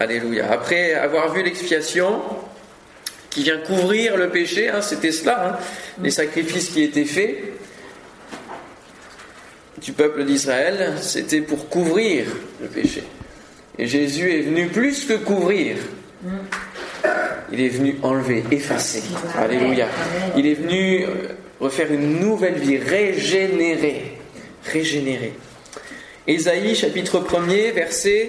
Alléluia. Après avoir vu l'expiation qui vient couvrir le péché, c'était cela, les sacrifices qui étaient faits du peuple d'Israël, c'était pour couvrir le péché. Et Jésus est venu plus que couvrir. Il est venu enlever, effacer. Alléluia. Il est venu refaire une nouvelle vie, régénérer. Ésaïe, chapitre 1er, verset...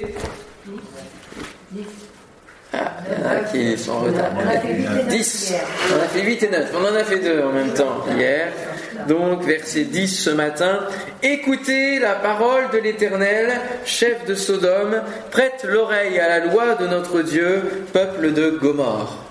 il y en a qui sont en retard. 10. On a fait 8 et 9. On en a fait 2 en même temps hier. Donc, verset 10 ce matin. Écoutez la parole de l'Éternel, chef de Sodome, prête l'oreille à la loi de notre Dieu, peuple de Gomorrhe.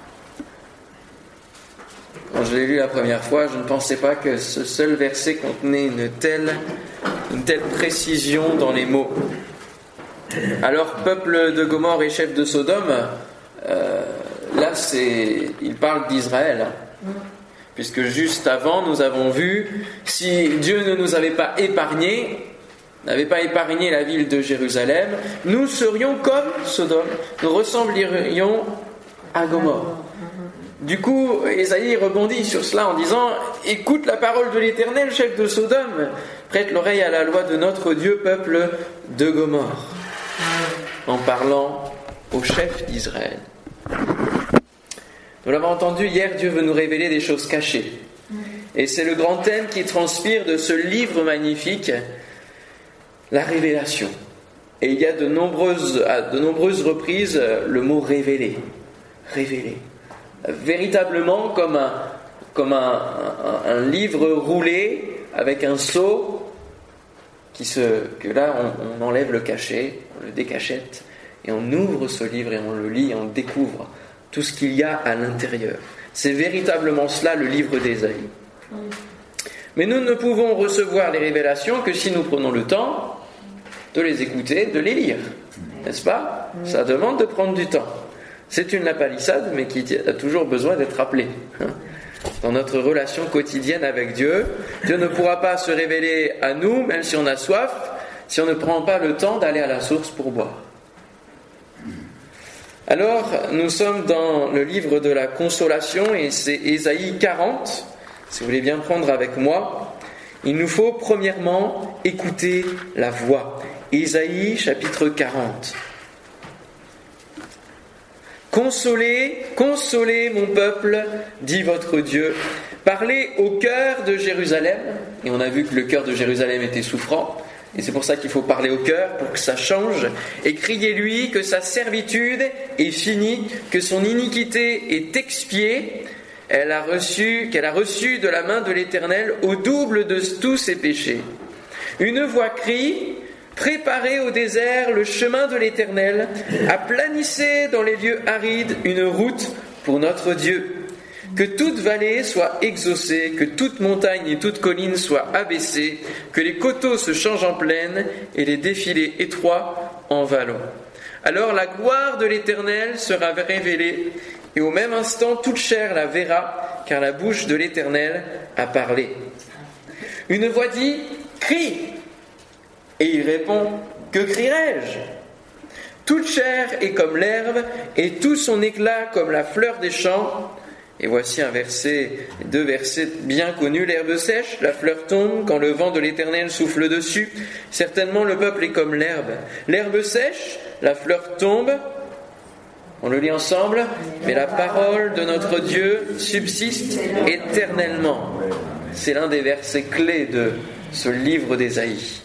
Quand je l'ai lu la première fois, je ne pensais pas que ce seul verset contenait une telle précision dans les mots. Alors, peuple de Gomorrhe et chef de Sodome, là, il parle d'Israël. Puisque juste avant, nous avons vu, si Dieu ne nous avait pas épargné, n'avait pas épargné la ville de Jérusalem, nous serions comme Sodome, nous ressemblerions à Gomorrhe. Du coup, Ésaïe rebondit sur cela en disant « Écoute la parole de l'Éternel, chef de Sodome, prête l'oreille à la loi de notre Dieu, peuple de Gomorrhe. » En parlant au chef d'Israël. Nous l'avons entendu hier, Dieu veut nous révéler des choses cachées. Et c'est le grand thème qui transpire de ce livre magnifique, la révélation. Et il y a à de nombreuses reprises le mot révéler. Révéler. Véritablement comme un livre roulé avec un sceau que là on enlève le cachet, on le décachette et on ouvre ce livre et on le lit et on découvre tout ce qu'il y a à l'intérieur. C'est véritablement cela le livre d'Ésaïe. Mais nous ne pouvons recevoir les révélations que si nous prenons le temps de les écouter, de les lire. N'est-ce pas ? Ça demande de prendre du temps. C'est une lapalissade, mais qui a toujours besoin d'être rappelée. Dans notre relation quotidienne avec Dieu, Dieu ne pourra pas se révéler à nous, même si on a soif, si on ne prend pas le temps d'aller à la source pour boire. Alors, nous sommes dans le livre de la consolation et c'est Ésaïe 40. Si vous voulez bien prendre avec moi, il nous faut premièrement écouter la voix. Ésaïe chapitre 40. Consolez, consolez mon peuple, dit votre Dieu. Parlez au cœur de Jérusalem. Et on a vu que le cœur de Jérusalem était souffrant. Et c'est pour ça qu'il faut parler au cœur, pour que ça change. Et criez-lui que sa servitude est finie, que son iniquité est expiée, qu'elle a reçu de la main de l'Éternel au double de tous ses péchés. Une voix crie, préparez au désert le chemin de l'Éternel, aplanissez dans les lieux arides une route pour notre Dieu. Que toute vallée soit exaucée, que toute montagne et toute colline soient abaissées, que les coteaux se changent en plaine et les défilés étroits en vallons. Alors la gloire de l'Éternel sera révélée, et au même instant toute chair la verra, car la bouche de l'Éternel a parlé. Une voix dit « Crie !» Et il répond « Que crierai-je » Toute chair est comme l'herbe, et tout son éclat comme la fleur des champs. Et voici deux versets bien connus. L'herbe sèche, la fleur tombe quand le vent de l'Éternel souffle dessus. Certainement le peuple est comme l'herbe. L'herbe sèche, la fleur tombe. On le lit ensemble. Mais la parole de notre Dieu subsiste éternellement. C'est l'un des versets clés de ce livre d'Ésaïe.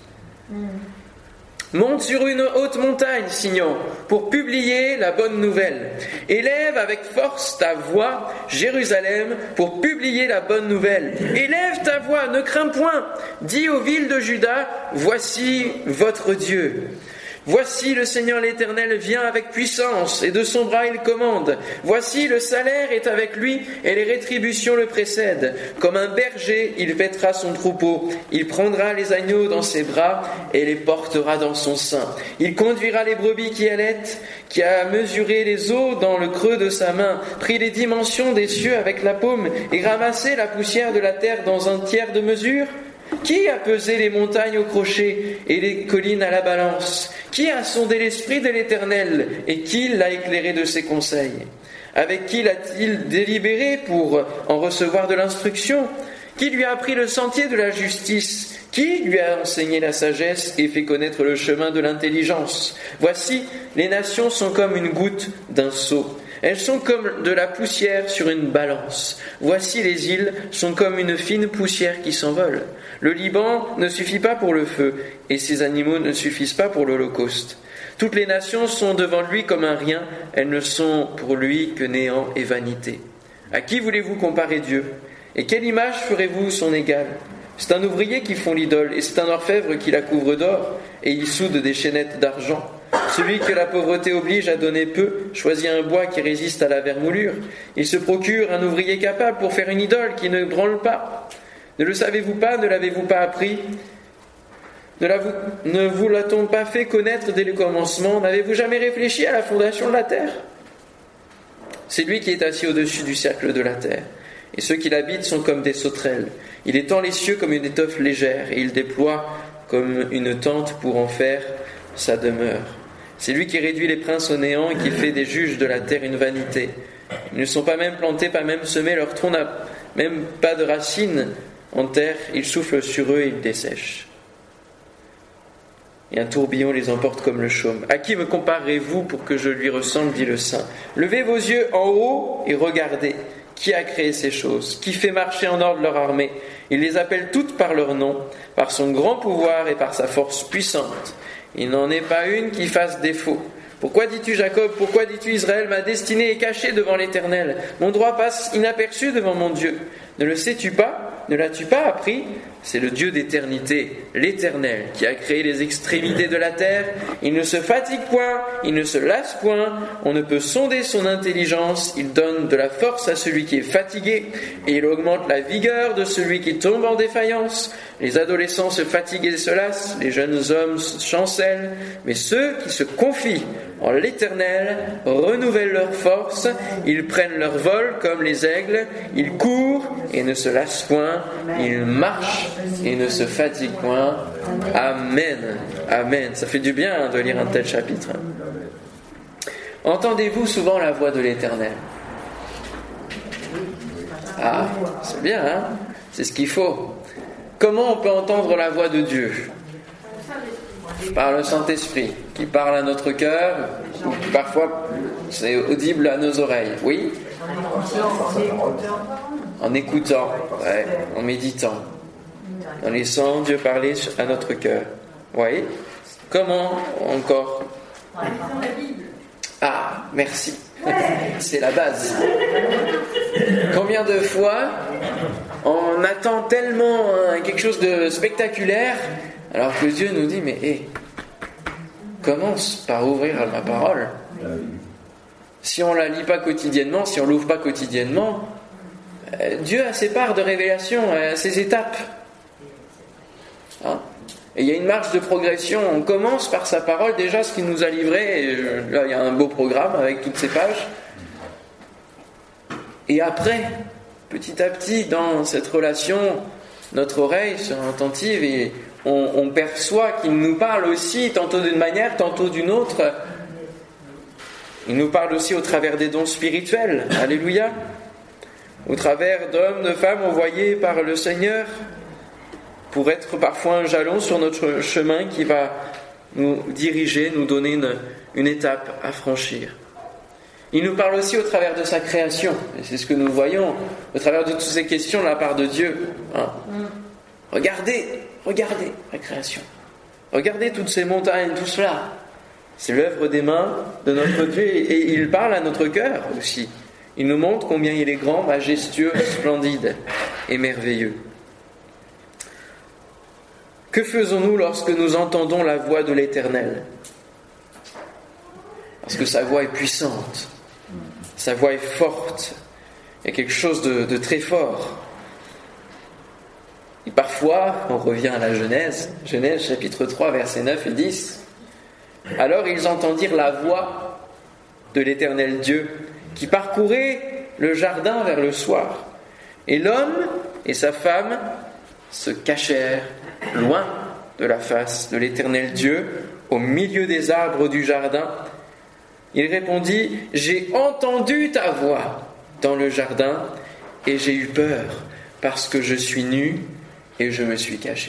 Monte sur une haute montagne, Sion, pour publier la bonne nouvelle. Élève avec force ta voix, Jérusalem, pour publier la bonne nouvelle. Élève ta voix, ne crains point. Dis aux villes de Juda, voici votre Dieu. Voici le Seigneur l'Éternel vient avec puissance, et de son bras il commande. Voici le salaire est avec lui, et les rétributions le précèdent. Comme un berger, il paîtra son troupeau. Il prendra les agneaux dans ses bras, et les portera dans son sein. Il conduira les brebis qui allaitent, qui a mesuré les eaux dans le creux de sa main, pris les dimensions des cieux avec la paume, et ramassé la poussière de la terre dans un tiers de mesure. Qui a pesé les montagnes au crochet et les collines à la balance? Qui a sondé l'esprit de l'Éternel et qui l'a éclairé de ses conseils? Avec qui l'a-t-il délibéré pour en recevoir de l'instruction? Qui lui a appris le sentier de la justice? Qui lui a enseigné la sagesse et fait connaître le chemin de l'intelligence? Voici, les nations sont comme une goutte d'un seau. Elles sont comme de la poussière sur une balance. Voici, les îles sont comme une fine poussière qui s'envole. Le Liban ne suffit pas pour le feu, et ses animaux ne suffisent pas pour l'holocauste. Toutes les nations sont devant lui comme un rien, elles ne sont pour lui que néant et vanité. À qui voulez-vous comparer Dieu? Et quelle image ferez-vous son égal? C'est un ouvrier qui fond l'idole, et c'est un orfèvre qui la couvre d'or, et il soude des chaînettes d'argent. Celui que la pauvreté oblige à donner peu choisit un bois qui résiste à la vermoulure. Il se procure un ouvrier capable pour faire une idole qui ne branle pas. Ne le savez-vous pas? Ne l'avez-vous pas appris? Ne vous l'a-t-on pas fait connaître dès le commencement? N'avez-vous jamais réfléchi à la fondation de la terre? C'est lui qui est assis au-dessus du cercle de la terre. Et ceux qui l'habitent sont comme des sauterelles. Il étend les cieux comme une étoffe légère, et il déploie comme une tente pour en faire sa demeure. C'est lui qui réduit les princes au néant et qui fait des juges de la terre une vanité. Ils ne sont pas même plantés, pas même semés, leur tronc n'a même pas de racines en terre, il souffle sur eux et il dessèche. Et un tourbillon les emporte comme le chaume. À qui me comparerez-vous pour que je lui ressemble, dit le Saint? Levez vos yeux en haut et regardez. Qui a créé ces choses? Qui fait marcher en ordre leur armée? Il les appelle toutes par leur nom, par son grand pouvoir et par sa force puissante. Il n'en est pas une qui fasse défaut. Pourquoi dis-tu Jacob? Pourquoi dis-tu Israël? Ma destinée est cachée devant l'Éternel. Mon droit passe inaperçu devant mon Dieu. Ne le sais-tu pas? Ne l'as-tu pas appris? C'est le Dieu d'éternité, l'Éternel, qui a créé les extrémités de la terre. Il ne se fatigue point, il ne se lasse point. On ne peut sonder son intelligence. Il donne de la force à celui qui est fatigué et il augmente la vigueur de celui qui tombe en défaillance. Les adolescents se fatiguent et se lassent, les jeunes hommes chancellent, mais ceux qui se confient en l'Éternel renouvellent leur force. Ils prennent leur vol comme les aigles. Ils courent et ne se lassent point. Ils marchent et ne se fatiguent point. Amen. Amen. Ça fait du bien de lire un tel chapitre. Entendez-vous souvent la voix de l'Éternel? Ah, c'est bien, hein? C'est ce qu'il faut. Comment on peut entendre la voix de Dieu? Par le Saint-Esprit, qui parle à notre cœur, ou parfois c'est audible à nos oreilles. Oui? En écoutant, ouais, en méditant, en laissant Dieu parler à notre cœur. Oui? Comment encore? Ah, merci. C'est la base. Combien de fois on attend tellement quelque chose de spectaculaire, alors que Dieu nous dit, mais commence par ouvrir ma parole. Si on ne la lit pas quotidiennement, si on ne l'ouvre pas quotidiennement, Dieu a ses parts de révélation, ses étapes. Hein? Et il y a une marge de progression. On commence par sa parole, déjà ce qu'il nous a livré. Et là, il y a un beau programme avec toutes ces pages. Et après, petit à petit, dans cette relation, notre oreille sera attentive et on perçoit qu'il nous parle aussi, tantôt d'une manière, tantôt d'une autre. Il nous parle aussi au travers des dons spirituels. Alléluia. Au travers d'hommes, de femmes envoyés par le Seigneur pour être parfois un jalon sur notre chemin qui va nous diriger, nous donner une étape à franchir. Il nous parle aussi au travers de sa création, et c'est ce que nous voyons au travers de toutes ces questions de la part de Dieu. Hein. Regardez la création. Regardez toutes ces montagnes, tout cela. C'est l'œuvre des mains de notre Dieu, et il parle à notre cœur aussi. Il nous montre combien il est grand, majestueux, splendide et merveilleux. Que faisons-nous lorsque nous entendons la voix de l'Éternel? Parce que sa voix est puissante, sa voix est forte, il y a quelque chose de très fort. Et parfois, on revient à la Genèse chapitre 3, versets 9 et 10. Alors ils entendirent la voix de l'Éternel Dieu qui parcourait le jardin vers le soir. Et l'homme et sa femme se cachèrent loin de la face de l'Éternel Dieu, au milieu des arbres du jardin. Il répondit, « J'ai entendu ta voix dans le jardin, et j'ai eu peur, parce que je suis nu et je me suis caché. »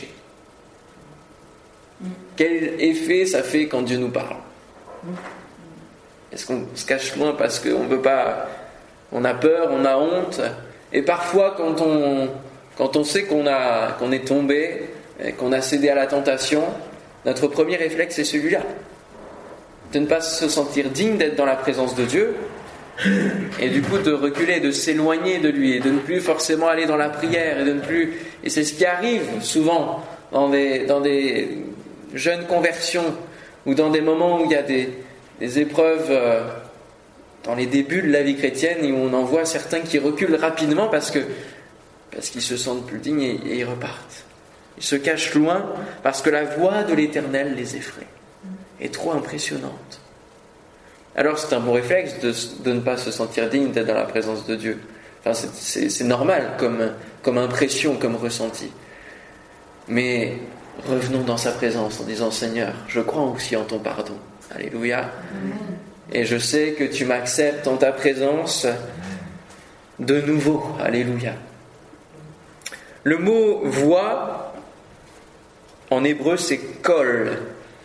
Quel effet ça fait quand Dieu nous parle? Est-ce qu'on se cache loin parce qu'on ne peut pas, on a peur, on a honte? Et parfois, quand on sait qu'on est tombé, qu'on a cédé à la tentation, notre premier réflexe est celui-là. De ne pas se sentir digne d'être dans la présence de Dieu, et du coup de reculer, de s'éloigner de lui, et de ne plus forcément aller dans la prière, et c'est ce qui arrive souvent dans des jeunes conversions, ou dans des moments où il y a des épreuves dans les débuts de la vie chrétienne, où on en voit certains qui reculent rapidement parce qu'ils se sentent plus dignes et ils repartent. Ils se cachent loin parce que la voix de l'Éternel les effraie, est trop impressionnante. Alors c'est un bon réflexe de ne pas se sentir digne d'être dans la présence de Dieu. Enfin, c'est normal comme impression, comme ressenti. Mais revenons dans sa présence en disant, Seigneur, je crois aussi en ton pardon. Alléluia. Et je sais que tu m'acceptes en ta présence de nouveau. Alléluia. Le mot voix, en hébreu, c'est kol.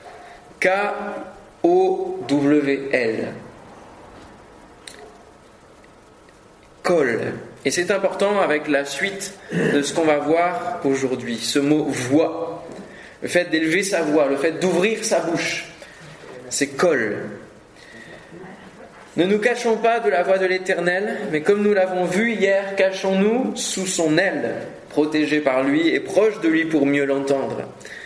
K-O-W-L. Kol. Et c'est important avec la suite de ce qu'on va voir aujourd'hui. Ce mot voix. Le fait d'élever sa voix, le fait d'ouvrir sa bouche. C'est kol. Ne nous cachons pas de la voix de l'Éternel, mais comme nous l'avons vu hier, cachons-nous sous son aile, protégés par lui et proches de lui pour mieux l'entendre.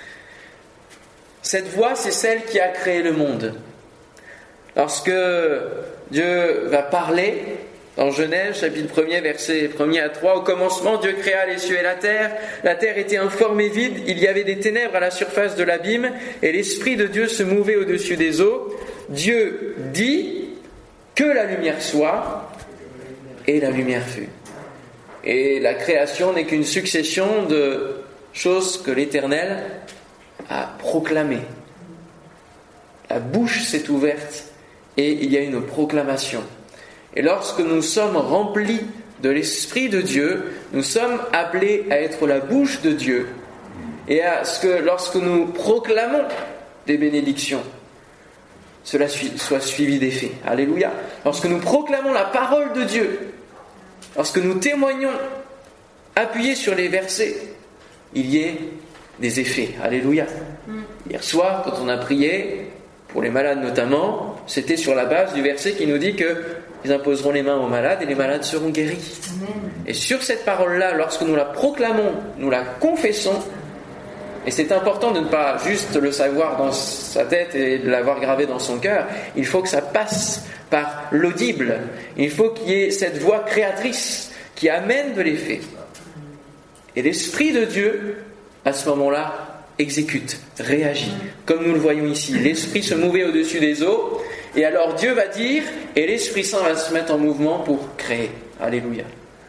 Cette voix, c'est celle qui a créé le monde. Lorsque Dieu va parler, dans Genèse, chapitre 1er, versets 1er à 3, « Au commencement, Dieu créa les cieux et la terre était informe et vide, il y avait des ténèbres à la surface de l'abîme, et l'Esprit de Dieu se mouvait au-dessus des eaux. Dieu dit que la lumière soit, et la lumière fut. » Et la création n'est qu'une succession de choses que l'Éternel a proclamées. La bouche s'est ouverte, et il y a une proclamation. Et lorsque nous sommes remplis de l'Esprit de Dieu, nous sommes appelés à être la bouche de Dieu. Et à ce que lorsque nous proclamons des bénédictions, cela soit suivi d'effet. Alléluia. Lorsque nous proclamons la parole de Dieu, lorsque nous témoignons, appuyés sur les versets, il y ait des effets. Alléluia. Hier soir, quand on a prié, pour les malades notamment, c'était sur la base du verset qui nous dit que ils imposeront les mains aux malades et les malades seront guéris. Amen. Et sur cette parole-là, lorsque nous la proclamons, nous la confessons, et c'est important de ne pas juste le savoir dans sa tête et de l'avoir gravé dans son cœur, il faut que ça passe par l'audible. Il faut qu'il y ait cette voix créatrice qui amène de l'effet. Et l'Esprit de Dieu, à ce moment-là, exécute, réagit. Comme nous le voyons ici, l'Esprit se mouvait au-dessus des eaux, et alors Dieu va dire, et l'Esprit Saint va se mettre en mouvement pour créer. Alléluia.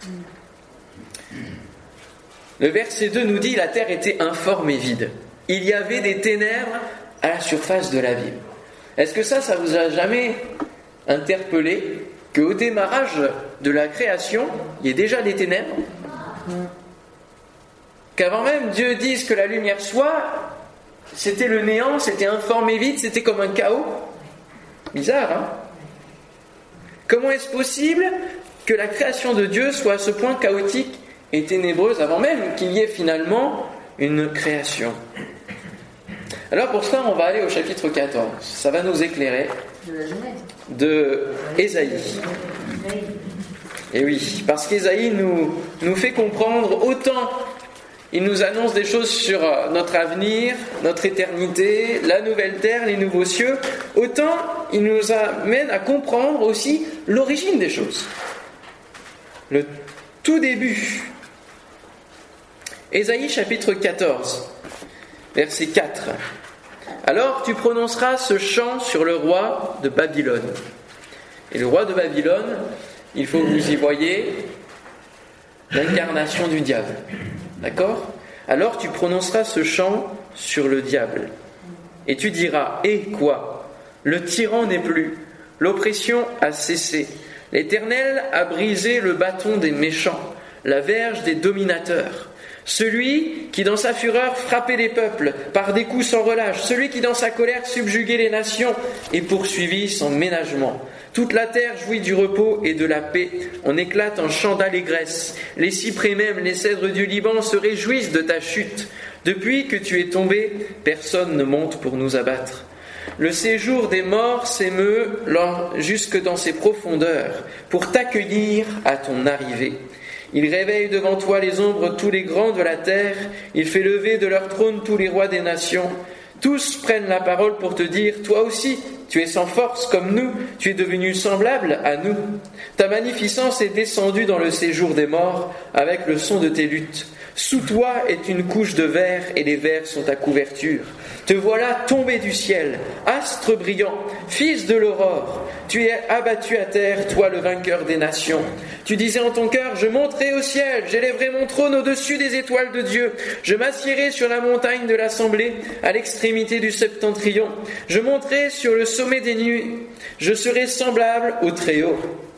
Le verset 2 nous dit, la terre était informe et vide. Il y avait des ténèbres à la surface de l'abîme. Est-ce que ça vous a jamais interpellé qu'au démarrage de la création, il y ait déjà des ténèbres? Qu'avant même Dieu dise que la lumière soit, c'était le néant, c'était informe et vide, c'était comme un chaos. Bizarre, hein? Comment est-ce possible que la création de Dieu soit à ce point chaotique et ténébreuse avant même qu'il y ait finalement une création? Alors pour cela, on va aller au chapitre 14. Ça va nous éclairer de Ésaïe. Et oui, parce qu'Ésaïe nous fait comprendre autant. Il nous annonce des choses sur notre avenir, notre éternité, la nouvelle terre, les nouveaux cieux. Autant il nous amène à comprendre aussi l'origine des choses. Le tout début. Ésaïe chapitre 14, verset 4. Alors tu prononceras ce chant sur le roi de Babylone. Et le roi de Babylone, il faut que vous y voyez l'incarnation du diable. D'accord ? Alors tu prononceras ce chant sur le diable. Et tu diras, « Eh quoi ? Le tyran n'est plus, l'oppression a cessé. L'Éternel a brisé le bâton des méchants, la verge des dominateurs. Celui qui dans sa fureur frappait les peuples par des coups sans relâche, celui qui dans sa colère subjuguait les nations et poursuivit sans ménagement. Toute la terre jouit du repos et de la paix, on éclate en chant d'allégresse. Les cyprès même, les cèdres du Liban se réjouissent de ta chute. Depuis que tu es tombé, personne ne monte pour nous abattre. Le séjour des morts s'émeut jusque dans ses profondeurs pour t'accueillir à ton arrivée. Il réveille devant toi les ombres tous les grands de la terre, il fait lever de leur trône tous les rois des nations. Tous prennent la parole pour te dire, toi aussi, tu es sans force comme nous, tu es devenu semblable à nous. Ta magnificence est descendue dans le séjour des morts avec le son de tes luttes. Sous toi est une couche de verre et les vers sont ta couverture. Te voilà tombé du ciel, astre brillant, fils de l'aurore. Tu es abattu à terre, toi le vainqueur des nations. Tu disais en ton cœur, je monterai au ciel, j'élèverai mon trône au-dessus des étoiles de Dieu. Je m'assiérai sur la montagne de l'assemblée, à l'extrémité du septentrion. Je monterai sur le sommet des nuées, je serai semblable au Très-Haut.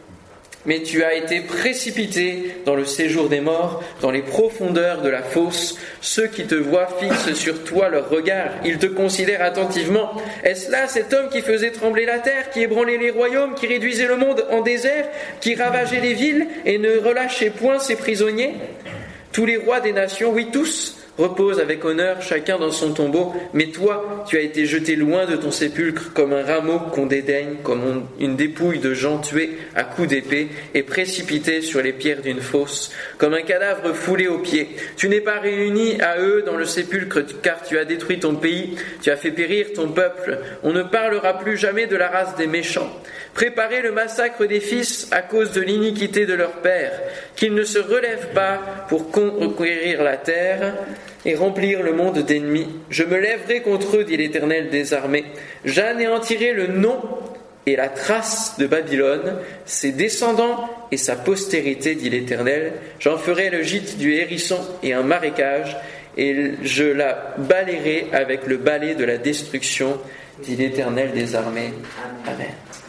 Mais tu as été précipité dans le séjour des morts, dans les profondeurs de la fosse. Ceux qui te voient fixent sur toi leur regard. Ils te considèrent attentivement. Est-ce là cet homme qui faisait trembler la terre, qui ébranlait les royaumes, qui réduisait le monde en désert, qui ravageait les villes et ne relâchait point ses prisonniers ? Tous les rois des nations, oui tous, reposent avec honneur, chacun dans son tombeau. Mais toi, tu as été jeté loin de ton sépulcre comme un rameau qu'on dédaigne, comme une dépouille de gens tués à coups d'épée et précipités sur les pierres d'une fosse, comme un cadavre foulé aux pieds. Tu n'es pas réuni à eux dans le sépulcre, car tu as détruit ton pays, tu as fait périr ton peuple. On ne parlera plus jamais de la race des méchants. Préparez le massacre des fils à cause de l'iniquité de leur père, qu'ils ne se relèvent pas pour conquérir la terre et remplir le monde d'ennemis. Je me lèverai contre eux, dit l'Éternel des armées. J'anéantirai le nom et la trace de Babylone, ses descendants et sa postérité, dit l'Éternel. J'en ferai le gîte du hérisson et un marécage, et je la balayerai avec le balai de la destruction, dit l'Éternel des armées. Amen.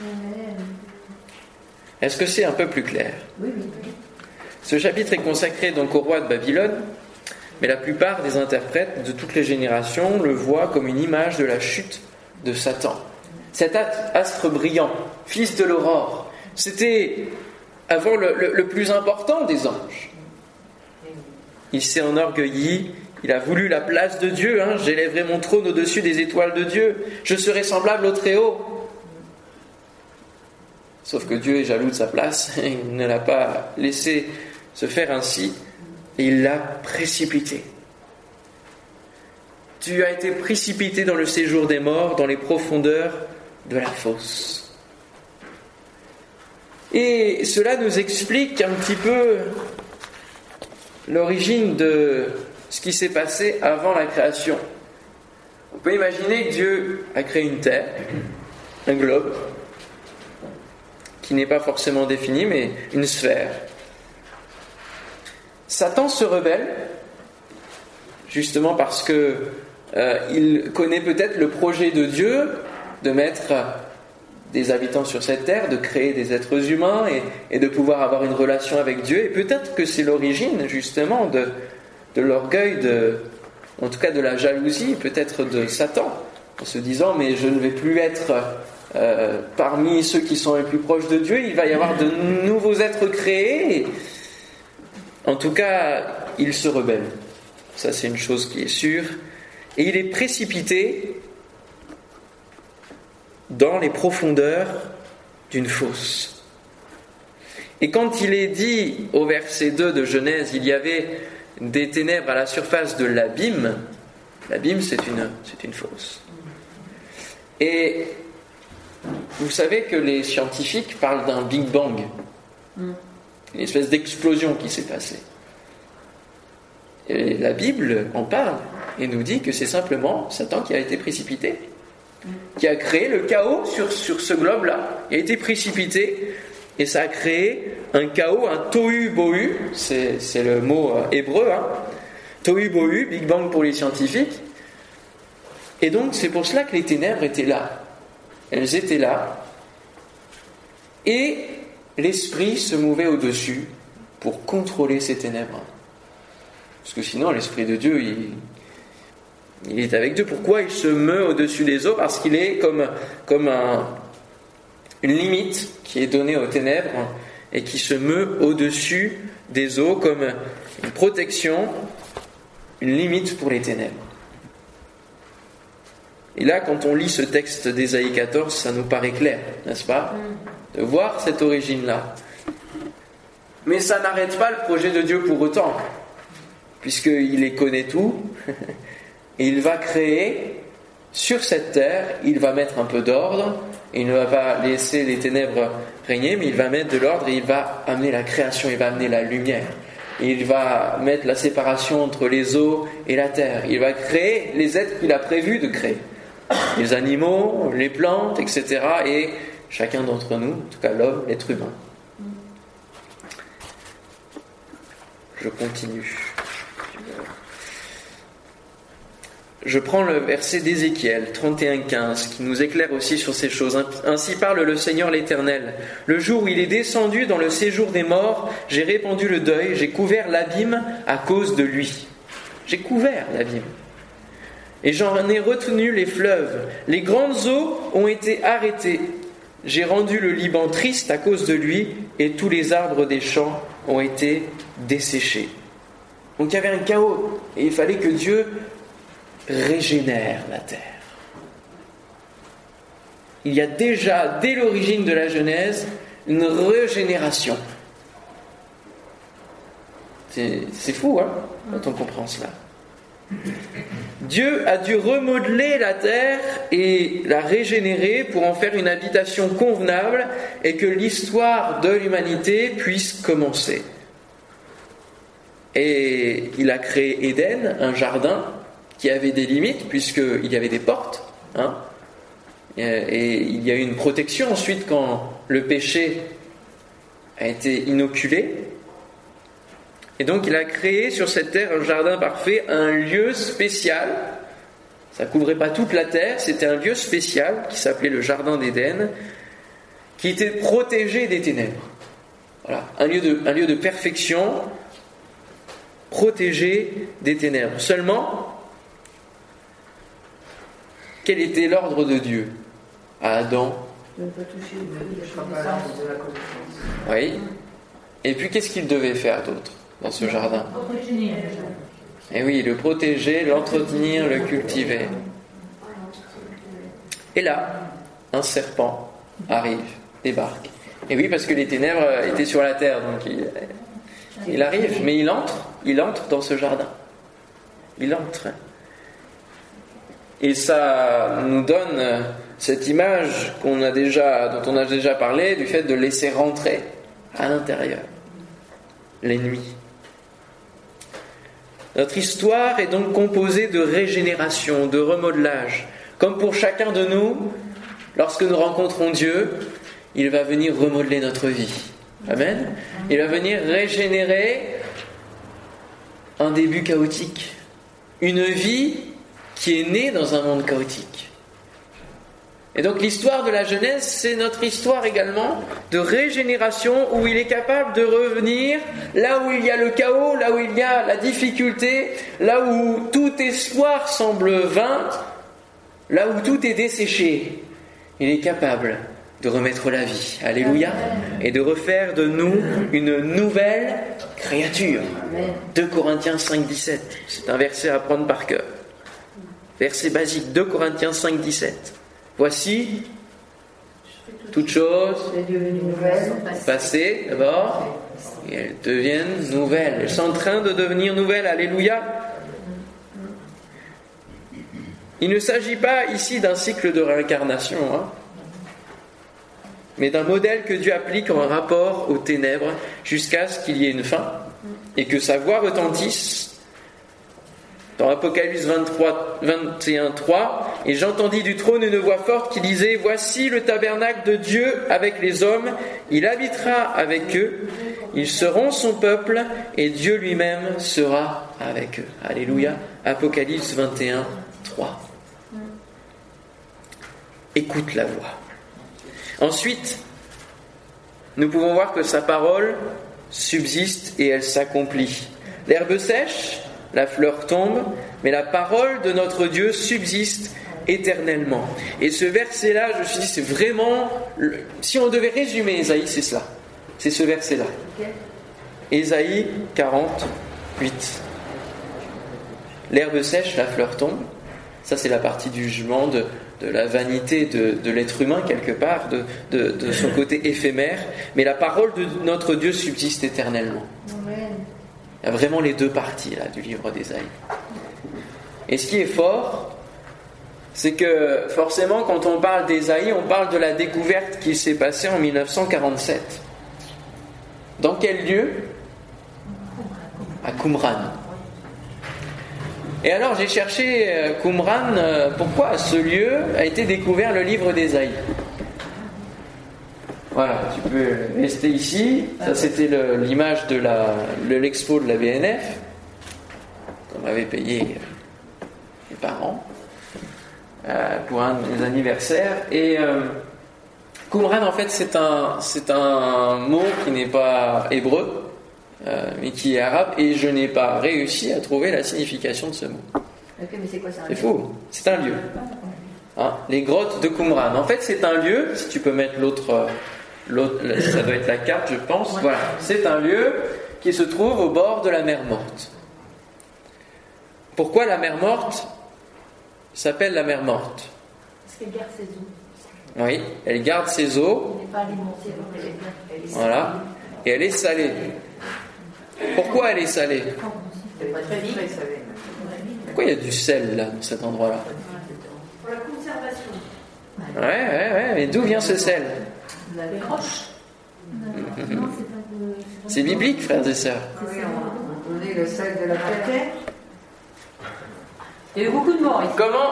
Est-ce que c'est un peu plus clair ? Oui. Ce chapitre est consacré donc au roi de Babylone, mais la plupart des interprètes de toutes les générations le voient comme une image de la chute de Satan. Cet astre brillant, fils de l'aurore, c'était avant le plus important des anges. Il s'est enorgueilli, il a voulu la place de Dieu, j'élèverai mon trône au-dessus des étoiles de Dieu, je serai semblable au Très-Haut. Sauf que Dieu est jaloux de sa place, il ne l'a pas laissé se faire ainsi, et il l'a précipité. Tu as été précipité dans le séjour des morts, dans les profondeurs de la fosse. Et cela nous explique un petit peu l'origine de ce qui s'est passé avant la création. On peut imaginer que Dieu a créé une terre, un globe, qui n'est pas forcément défini, mais une sphère. Satan se rebelle, justement parce que il connaît peut-être le projet de Dieu de mettre des habitants sur cette terre, de créer des êtres humains et de pouvoir avoir une relation avec Dieu. Et peut-être que c'est l'origine, justement, de l'orgueil, en tout cas de la jalousie, peut-être de Satan, en se disant « mais je ne vais plus être... parmi ceux qui sont les plus proches de Dieu, il va y avoir de nouveaux êtres créés. » En tout cas, il se rebelle. Ça, c'est une chose qui est sûre. Et il est précipité dans les profondeurs d'une fosse. Et quand il est dit au verset 2 de Genèse, il y avait des ténèbres à la surface de l'abîme. L'abîme, c'est une fosse. Et vous savez que les scientifiques parlent d'un Big Bang, une espèce d'explosion qui s'est passée. Et la Bible en parle et nous dit que c'est simplement Satan qui a été précipité, qui a créé le chaos sur ce globe-là. Il a été précipité et ça a créé un chaos, un tohu bohu, c'est le mot hébreu, tohu bohu, Big Bang pour les scientifiques. Et donc c'est pour cela que les ténèbres étaient là. Elles étaient là. Et l'Esprit se mouvait au-dessus pour contrôler ces ténèbres. Parce que sinon, l'Esprit de Dieu, il est avec Dieu. Pourquoi il se meut au-dessus des eaux? Parce qu'il est comme une limite qui est donnée aux ténèbres et qui se meut au-dessus des eaux comme une protection, une limite pour les ténèbres. Et là, quand on lit ce texte d'Ésaïe 14, ça nous paraît clair, n'est-ce pas? De voir cette origine-là. Mais ça n'arrête pas le projet de Dieu pour autant, puisqu'il les connaît tout, et il va créer sur cette terre, il va mettre un peu d'ordre, et il ne va pas laisser les ténèbres régner, mais il va mettre de l'ordre et il va amener la création, il va amener la lumière. Il va mettre la séparation entre les eaux et la terre. Il va créer les êtres qu'il a prévu de créer. Les animaux, les plantes, etc. Et chacun d'entre nous, en tout cas l'homme, l'être humain. Je continue. Je prends le verset d'Ézéchiel 31:15 qui nous éclaire aussi sur ces choses. Ainsi parle le Seigneur l'Éternel. Le jour où il est descendu dans le séjour des morts, j'ai répandu le deuil, j'ai couvert l'abîme à cause de lui. J'ai couvert l'abîme. Et j'en ai retenu les fleuves. Les grandes eaux ont été arrêtées. J'ai rendu le Liban triste à cause de lui, et tous les arbres des champs ont été desséchés. Donc il y avait un chaos, et il fallait que Dieu régénère la terre. Il y a déjà, dès l'origine de la Genèse, une régénération. C'est fou, hein, quand on comprend cela. Dieu a dû remodeler la terre et la régénérer pour en faire une habitation convenable et que l'histoire de l'humanité puisse commencer. Et il a créé Éden, un jardin qui avait des limites puisqu'il y avait des portes, hein, et il y a eu une protection ensuite quand le péché a été inoculé. Et donc il a créé sur cette terre un jardin parfait, un lieu spécial. Ça ne couvrait pas toute la terre, c'était un lieu spécial qui s'appelait le jardin d'Éden, qui était protégé des ténèbres. Voilà, un lieu de perfection, protégé des ténèbres. Seulement, quel était l'ordre de Dieu à Adam? Ne pas toucher Oui. Et puis qu'est-ce qu'il devait faire d'autre dans ce jardin? Et oui, le protéger, l'entretenir, le cultiver. Et là, un serpent arrive, débarque. Et oui, parce que les ténèbres étaient sur la terre, donc il arrive, mais il entre dans ce jardin. Il entre. Et ça nous donne cette image dont on a déjà parlé, du fait de laisser rentrer à l'intérieur l'ennemi. Notre histoire est donc composée de régénération, de remodelage. Comme pour chacun de nous, lorsque nous rencontrons Dieu, il va venir remodeler notre vie. Amen. Il va venir régénérer un début chaotique, une vie qui est née dans un monde chaotique. Et donc l'histoire de la Genèse, c'est notre histoire également de régénération où il est capable de revenir là où il y a le chaos, là où il y a la difficulté, là où tout espoir semble vain, là où tout est desséché. Il est capable de remettre la vie, alléluia, et de refaire de nous une nouvelle créature. 2 Corinthiens 5,17, c'est un verset à prendre par cœur. Verset basique, 2 Corinthiens 5,17. Voici, toutes choses passées d'abord, et elles deviennent nouvelles. Elles sont en train de devenir nouvelles, alléluia. Il ne s'agit pas ici d'un cycle de réincarnation, mais d'un modèle que Dieu applique en rapport aux ténèbres jusqu'à ce qu'il y ait une fin et que sa voix retentisse. Dans Apocalypse 21:3, et j'entendis du trône une voix forte qui disait « Voici le tabernacle de Dieu avec les hommes, il habitera avec eux, ils seront son peuple et Dieu lui-même sera avec eux. Alléluia. Apocalypse 21, 3. Écoute la voix. Ensuite, nous pouvons voir que sa parole subsiste et elle s'accomplit. L'herbe sèche, la fleur tombe, mais la parole de notre Dieu subsiste éternellement. Et ce verset-là, je me suis dit, c'est vraiment... Si on devait résumer Ésaïe, c'est cela. C'est ce verset-là. Ésaïe 48. L'herbe sèche, la fleur tombe. Ça, c'est la partie du jugement de la vanité de l'être humain, quelque part, de son côté éphémère. Mais la parole de notre Dieu subsiste éternellement. Amen. Il y a vraiment les deux parties là, du livre d'Ésaïe. Et ce qui est fort, c'est que forcément, quand on parle d'Ésaïe, on parle de la découverte qui s'est passée en 1947. Dans quel lieu ? À Qumran. Et alors j'ai cherché Qumran, pourquoi à ce lieu a été découvert le livre d'Ésaïe. Voilà, tu peux rester ici. Ça c'était l'image de l'expo de la BNF, qu'on m'avait payé mes parents pour un des anniversaires. Et Qumran en fait c'est un mot qui n'est pas hébreu, mais qui est arabe, et je n'ai pas réussi à trouver la signification de ce mot. Ok, mais c'est quoi ça ? C'est faux, c'est un lieu. Hein, les grottes de Qumran. En fait, c'est un lieu, si tu peux mettre l'autre, ça doit être la carte, je pense. Ouais. Voilà, c'est un lieu qui se trouve au bord de la mer Morte. Pourquoi la mer Morte s'appelle la mer Morte ? Parce qu'elle garde ses eaux. Oui, elle garde ses eaux. Elle n'est pas alimentée, donc elle est bien. Voilà, et elle est salée. Pourquoi elle est salée ? C'est pas très salée. Pourquoi il y a du sel là, dans cet endroit-là ? Pour la conservation. Ouais, mais d'où vient ce sel ? Des roches. C'est biblique, frères et sœurs. On est le sel de la terre. Il y a eu beaucoup de morts ici.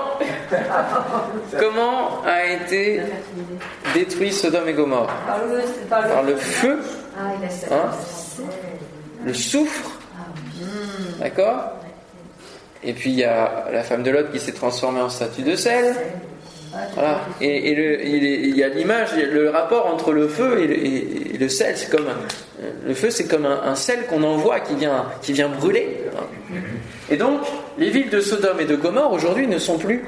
Comment a été détruit Sodome et Gomorrhe ? Par le feu, hein, le soufre, d'accord ? Et puis il y a la femme de Lot qui s'est transformée en statue de sel. Voilà. Et il y a l'image, le rapport entre le feu et le sel. C'est comme le feu, c'est comme un sel qu'on envoie qui vient brûler. Et donc, les villes de Sodome et de Gomorrhe aujourd'hui ne sont plus.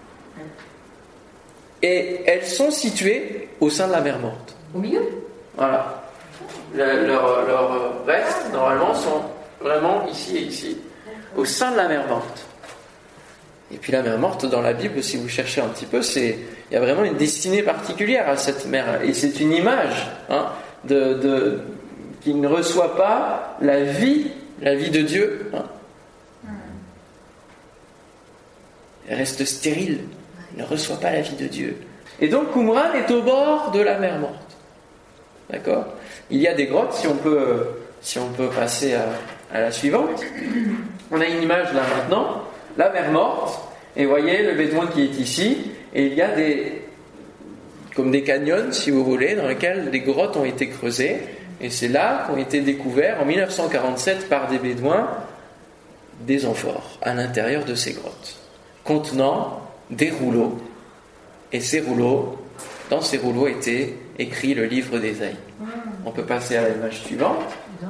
Et elles sont situées au sein de la mer Morte. Au milieu ? Voilà. Leurs restes, normalement, sont vraiment ici et ici, au sein de la mer Morte. Et puis la mer Morte, dans la Bible, si vous cherchez un petit peu, il y a vraiment une destinée particulière à cette mer. Et c'est une image qui ne reçoit pas la vie de Dieu. Hein. Elle reste stérile. Elle ne reçoit pas la vie de Dieu. Et donc Qumran est au bord de la mer Morte. D'accord ? Il y a des grottes, si on peut passer à la suivante. On a une image là maintenant, la mer Morte, et vous voyez le bédouin qui est ici, et il y a comme des canyons, si vous voulez, dans lesquels des grottes ont été creusées, et c'est là qu'ont été découverts en 1947 par des bédouins des amphores à l'intérieur de ces grottes, contenant des rouleaux, et dans ces rouleaux était écrit le livre d'Ésaïe. On peut passer à l'image suivante.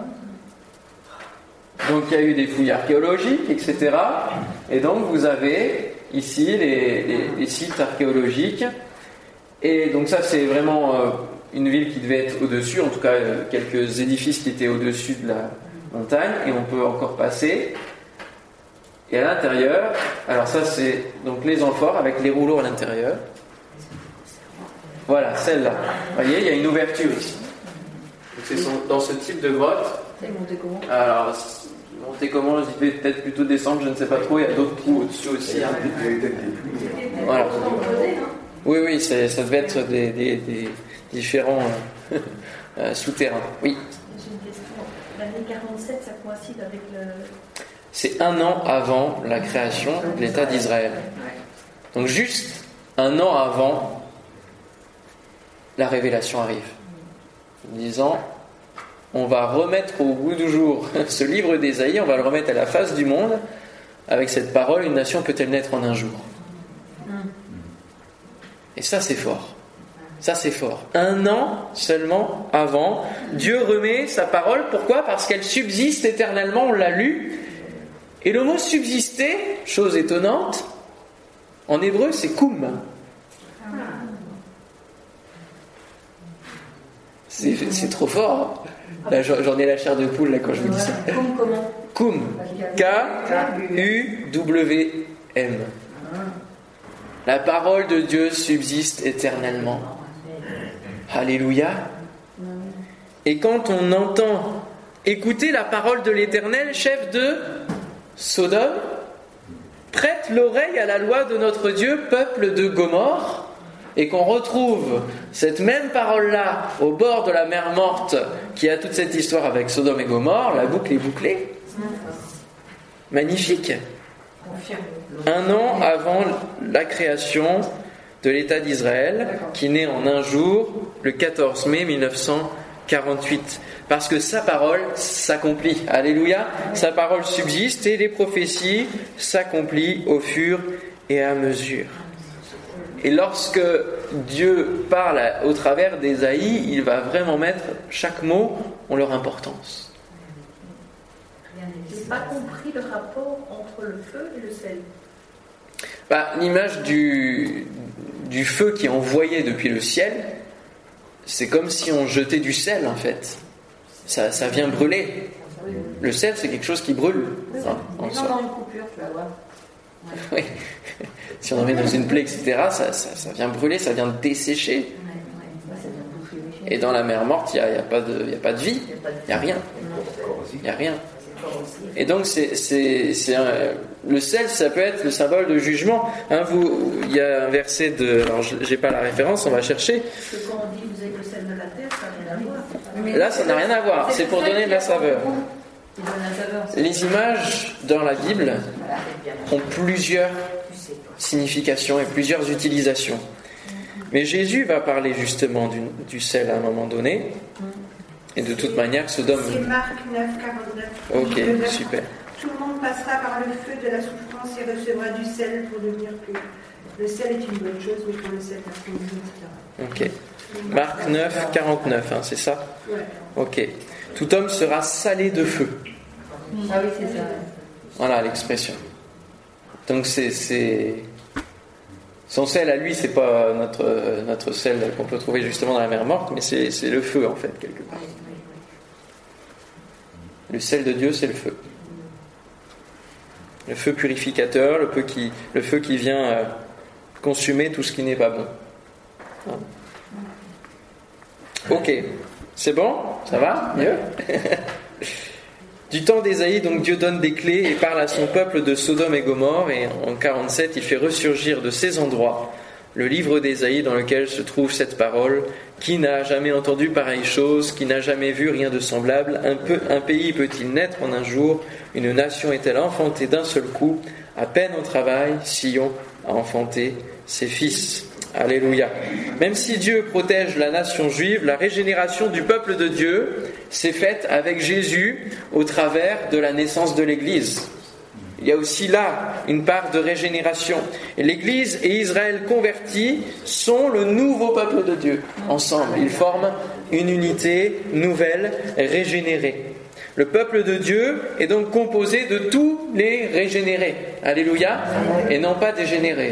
Donc il y a eu des fouilles archéologiques, etc. Et donc vous avez ici les sites archéologiques. Et donc ça c'est vraiment une ville qui devait être au-dessus, en tout cas quelques édifices qui étaient au-dessus de la montagne. Et on peut encore passer. Et à l'intérieur, alors ça c'est donc les amphores avec les rouleaux à l'intérieur. Voilà, celle-là. Vous voyez, il y a une ouverture ici. Donc c'est dans ce type de grotte. C'est monté comment ? Alors, monter comment ? Je vais peut-être plutôt descendre, je ne sais pas trop. Il y a d'autres trous au-dessus aussi. Hein. Voilà. Oui, ça devait être des différents souterrains. Oui. J'ai une question. L'année 47, ça coïncide avec le... C'est 1 an avant la création de l'État d'Israël. Donc juste 1 an avant, la révélation arrive. En disant, on va remettre au bout du jour ce livre d'Ésaïe, on va le remettre à la face du monde avec cette parole, une nation peut-elle naître en un jour? Et ça c'est fort. Ça c'est fort. 1 an seulement avant, Dieu remet sa parole. Pourquoi? Parce qu'elle subsiste éternellement, on l'a lu. Et le mot subsister, chose étonnante, en hébreu c'est koum. C'est trop fort. Là, j'en ai la chair de poule là, quand je vous dis ça. Comme comment? Koum. K-U-W-M. La parole de Dieu subsiste éternellement. Alléluia. Et quand on entend écouter la parole de l'Éternel, chef de Sodome, prête l'oreille à la loi de notre Dieu, peuple de Gomorrhe, et qu'on retrouve cette même parole-là au bord de la mer Morte qui a toute cette histoire avec Sodome et Gomorrhe, la boucle est bouclée. Magnifique. 1 an avant la création de l'État d'Israël, qui naît en un jour, le 14 mai 1948. Parce que sa parole s'accomplit. Alléluia. Sa parole subsiste et les prophéties s'accomplissent au fur et à mesure. Et lorsque Dieu parle au travers d'Ésaïe, il va vraiment mettre chaque mot en leur importance. Je n'ai pas compris le rapport entre le feu et le sel. L'image du feu qui est envoyé depuis le ciel, c'est comme si on jetait du sel en fait. Ça vient brûler. Le sel, c'est quelque chose qui brûle. En dans une coupure, tu vas voir. Oui. Si on en met dans une plaie, etc., ça vient brûler, ça vient dessécher. Et dans la mer Morte, il n'y a pas de vie, il n'y a rien. Il n'y a rien. Et donc, le sel, ça peut être le symbole de jugement. Il y a un verset alors, je n'ai pas la référence, on va chercher. Parce que quand on dit vous êtes le sel de la terre, ça n'a rien à voir. Là, ça n'a rien à voir. C'est pour donner de la saveur. Les images dans la Bible ont plusieurs significations et plusieurs utilisations. Mais Jésus va parler justement du sel à un moment donné. Et de toute manière, Sodome... C'est Marc 9, 49. Ok, super. Tout le monde passera par le feu de la souffrance et recevra du sel pour devenir pur. Le sel est une bonne chose, mais pour le sel, c'est une chose. Ok. Marc 9, 49, c'est ça? Ouais. Ok. Tout homme sera salé de feu. Ah oui, c'est ça. Voilà l'expression. Donc c'est... Son sel à lui, c'est pas notre sel qu'on peut trouver justement dans la mer Morte, mais c'est le feu en fait, quelque part. Le sel de Dieu, c'est le feu. Le feu purificateur, le feu qui vient consumer tout ce qui n'est pas bon. Ok, c'est bon? Ça va? Mieux? Du temps d'Ésaïe, donc Dieu donne des clés et parle à son peuple de Sodome et Gomorrhe, et en 47, il fait ressurgir de ces endroits le livre d'Ésaïe dans lequel se trouve cette parole. Qui n'a jamais entendu pareille chose? Qui n'a jamais vu rien de semblable? Un pays peut-il naître en un jour? Une nation est-elle enfantée d'un seul coup? À peine en travail, Sion a enfanté ses fils. Alléluia. Même si Dieu protège la nation juive, la régénération du peuple de Dieu s'est faite avec Jésus au travers de la naissance de l'Église. Il y a aussi là une part de régénération. Et l'Église et Israël convertis sont le nouveau peuple de Dieu. Ensemble, ils forment une unité nouvelle, régénérée. Le peuple de Dieu est donc composé de tous les régénérés. Alléluia. Et non pas dégénérés.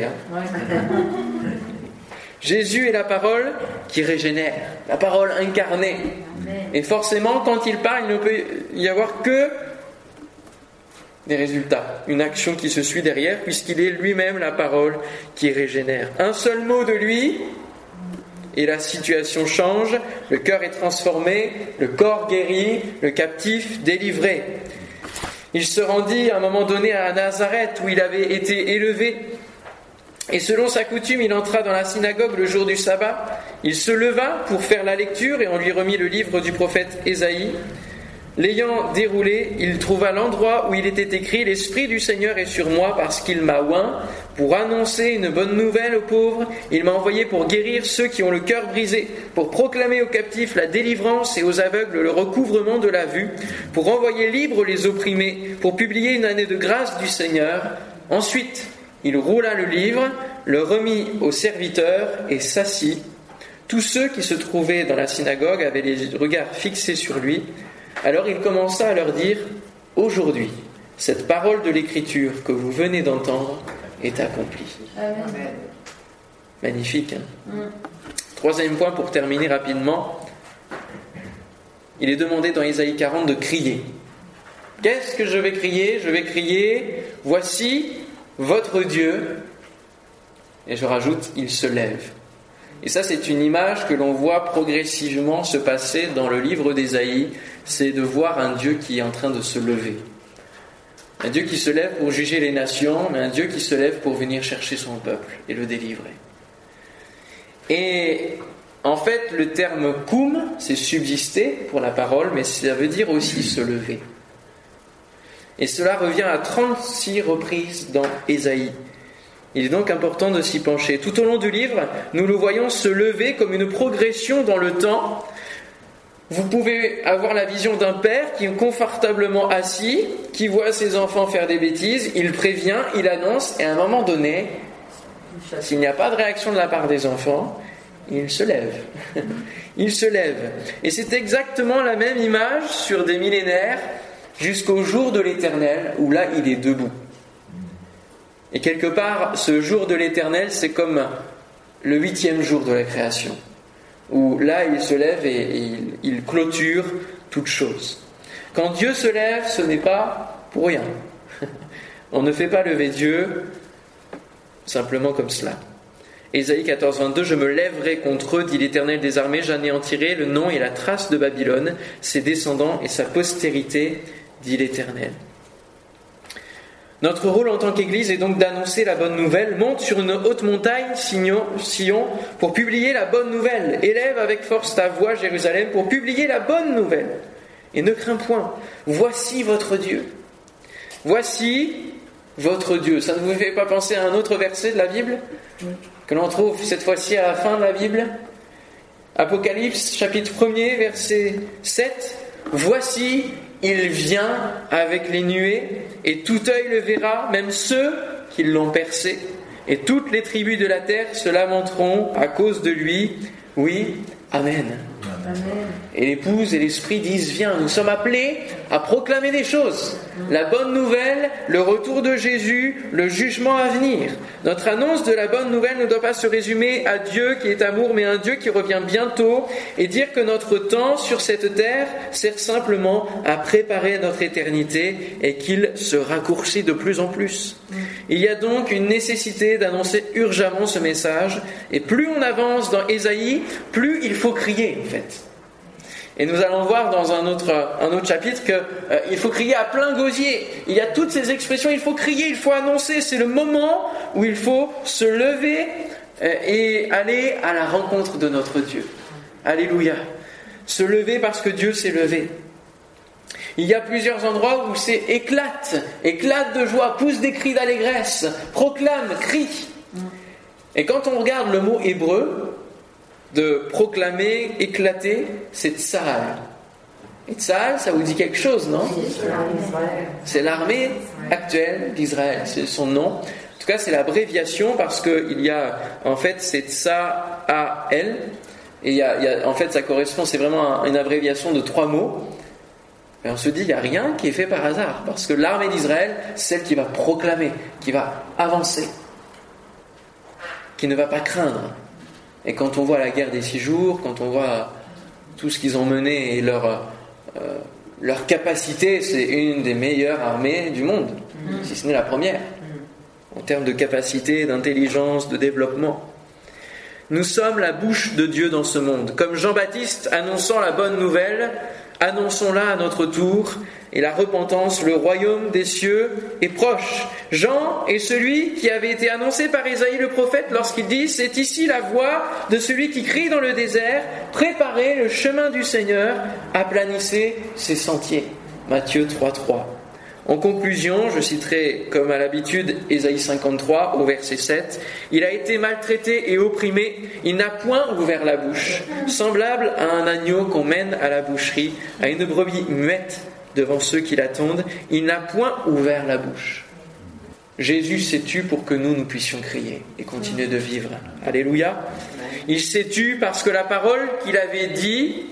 Jésus est la parole qui régénère, la parole incarnée. Et forcément, quand il parle, il ne peut y avoir que des résultats, une action qui se suit derrière, puisqu'il est lui-même la parole qui régénère. Un seul mot de lui, et la situation change, le cœur est transformé, le corps guéri, le captif délivré. Il se rendit à un moment donné à Nazareth, où il avait été élevé. Et selon sa coutume, il entra dans la synagogue le jour du sabbat. Il se leva pour faire la lecture et on lui remit le livre du prophète Ésaïe. L'ayant déroulé, il trouva l'endroit où il était écrit « L'Esprit du Seigneur est sur moi parce qu'il m'a oint pour annoncer une bonne nouvelle aux pauvres. Il m'a envoyé pour guérir ceux qui ont le cœur brisé, pour proclamer aux captifs la délivrance et aux aveugles le recouvrement de la vue, pour envoyer libres les opprimés, pour publier une année de grâce du Seigneur. » Ensuite, il roula le livre, le remit aux serviteurs et s'assit. Tous ceux qui se trouvaient dans la synagogue avaient les regards fixés sur lui. Alors il commença à leur dire « Aujourd'hui, cette parole de l'Écriture que vous venez d'entendre est accomplie. » Magnifique, hein? Troisième point pour terminer rapidement. Il est demandé dans Ésaïe 40 de crier. Qu'est-ce que je vais crier ? Je vais crier « Voici votre Dieu » et je rajoute « Il se lève ». Et ça, c'est une image que l'on voit progressivement se passer dans le livre d'Ésaïe. C'est de voir un Dieu qui est en train de se lever. Un Dieu qui se lève pour juger les nations, mais un Dieu qui se lève pour venir chercher son peuple et le délivrer. Et en fait, le terme « koum », c'est subsister pour la parole, mais ça veut dire aussi se lever. Et cela revient à 36 reprises dans Ésaïe. Il est donc important de s'y pencher. Tout au long du livre, nous le voyons se lever comme une progression dans le temps. Vous pouvez avoir la vision d'un père qui est confortablement assis, qui voit ses enfants faire des bêtises, il prévient, il annonce, et à un moment donné, s'il n'y a pas de réaction de la part des enfants, il se lève. Il se lève. Et c'est exactement la même image sur des millénaires jusqu'au jour de l'Éternel, où là, il est debout. Et quelque part, ce jour de l'Éternel, c'est comme le 8e jour de la création, où là, il se lève et il clôture toute chose. Quand Dieu se lève, ce n'est pas pour rien. On ne fait pas lever Dieu simplement comme cela. Ésaïe 14, 22, « Je me lèverai contre eux, dit l'Éternel des armées, j'anéantirai le nom et la trace de Babylone, ses descendants et sa postérité, dit l'Éternel. » Notre rôle en tant qu'Église est donc d'annoncer la bonne nouvelle. Monte sur une haute montagne, Sion, pour publier la bonne nouvelle. Élève avec force ta voix, Jérusalem, pour publier la bonne nouvelle. Et ne crains point, voici votre Dieu. Voici votre Dieu. Ça ne vous fait pas penser à un autre verset de la Bible que l'on trouve cette fois-ci à la fin de la Bible ? Apocalypse, chapitre 1er, verset 7. Voici, il vient avec les nuées, et tout œil le verra, même ceux qui l'ont percé. Et toutes les tribus de la terre se lamenteront à cause de lui. Oui, Amen. Amen. Et l'épouse et l'esprit disent, viens, nous sommes appelés à proclamer des choses. La bonne nouvelle, le retour de Jésus, le jugement à venir. Notre annonce de la bonne nouvelle ne doit pas se résumer à Dieu qui est amour, mais à un Dieu qui revient bientôt, et dire que notre temps sur cette terre sert simplement à préparer notre éternité et qu'il se raccourcit de plus en plus. Il y a donc une nécessité d'annoncer urgemment ce message, et plus on avance dans Ésaïe, plus il faut crier en fait. Et nous allons voir dans un autre chapitre qu'il faut crier à plein gosier. Il y a toutes ces expressions, il faut crier, il faut annoncer. C'est le moment où il faut se lever et aller à la rencontre de notre Dieu. Alléluia. Se lever parce que Dieu s'est levé. Il y a plusieurs endroits où c'est éclate de joie, pousse des cris d'allégresse, proclame, crie. Et quand on regarde le mot hébreu, de proclamer, éclater, c'est tsahal. Et tsahal, ça vous dit quelque chose, non ? C'est l'armée actuelle d'Israël, c'est son nom. En tout cas, c'est l'abréviation parce qu'il y a, en fait, c'est Tsahal. Et en fait, ça correspond, c'est vraiment une abréviation de 3 mots. Et on se dit, il n'y a rien qui est fait par hasard. Parce que l'armée d'Israël, c'est celle qui va proclamer, qui va avancer, qui ne va pas craindre. Et quand on voit la guerre des 6 jours, quand on voit tout ce qu'ils ont mené et leur capacité, c'est une des meilleures armées du monde, si ce n'est la première, en termes de capacité, d'intelligence, de développement. Nous sommes la bouche de Dieu dans ce monde. Comme Jean-Baptiste annonçant la bonne nouvelle Annonçons-la à notre tour, et la repentance, le royaume des cieux est proche. Jean est celui qui avait été annoncé par Ésaïe le prophète lorsqu'il dit « C'est ici la voix de celui qui crie dans le désert, préparez le chemin du Seigneur, aplanissez ses sentiers. » Matthieu 3,3. En conclusion, je citerai comme à l'habitude Ésaïe 53 au verset 7. « Il a été maltraité et opprimé, il n'a point ouvert la bouche, semblable à un agneau qu'on mène à la boucherie, à une brebis muette devant ceux qui l'attendent, il n'a point ouvert la bouche. » Jésus s'est tu pour que nous puissions crier et continuer de vivre. Alléluia. Il s'est tu parce que la parole qu'il avait dit,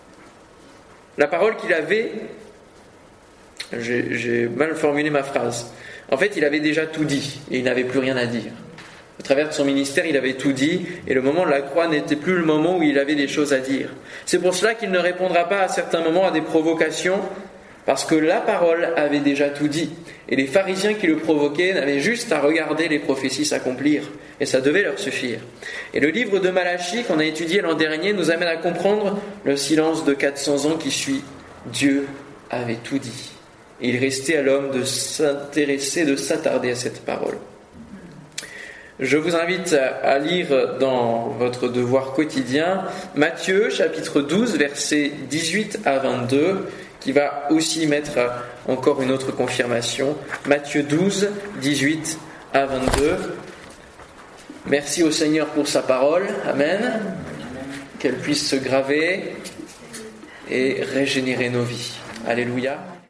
j'ai mal formulé ma phrase. En fait, il avait déjà tout dit et il n'avait plus rien à dire. Au travers de son ministère, il avait tout dit et le moment de la croix n'était plus le moment où il avait des choses à dire. C'est pour cela qu'il ne répondra pas à certains moments à des provocations, parce que la parole avait déjà tout dit. Et les pharisiens qui le provoquaient n'avaient juste à regarder les prophéties s'accomplir. Et ça devait leur suffire. Et le livre de Malachie qu'on a étudié l'an dernier nous amène à comprendre le silence de 400 ans qui suit. Dieu avait tout dit. Et il restait à l'homme de s'intéresser, de s'attarder à cette parole. Je vous invite à lire dans votre devoir quotidien Matthieu chapitre 12 versets 18 à 22 qui va aussi mettre encore une autre confirmation. Matthieu 12, 18 à 22. Merci au Seigneur pour sa parole. Amen. Qu'elle puisse se graver et régénérer nos vies. Alléluia.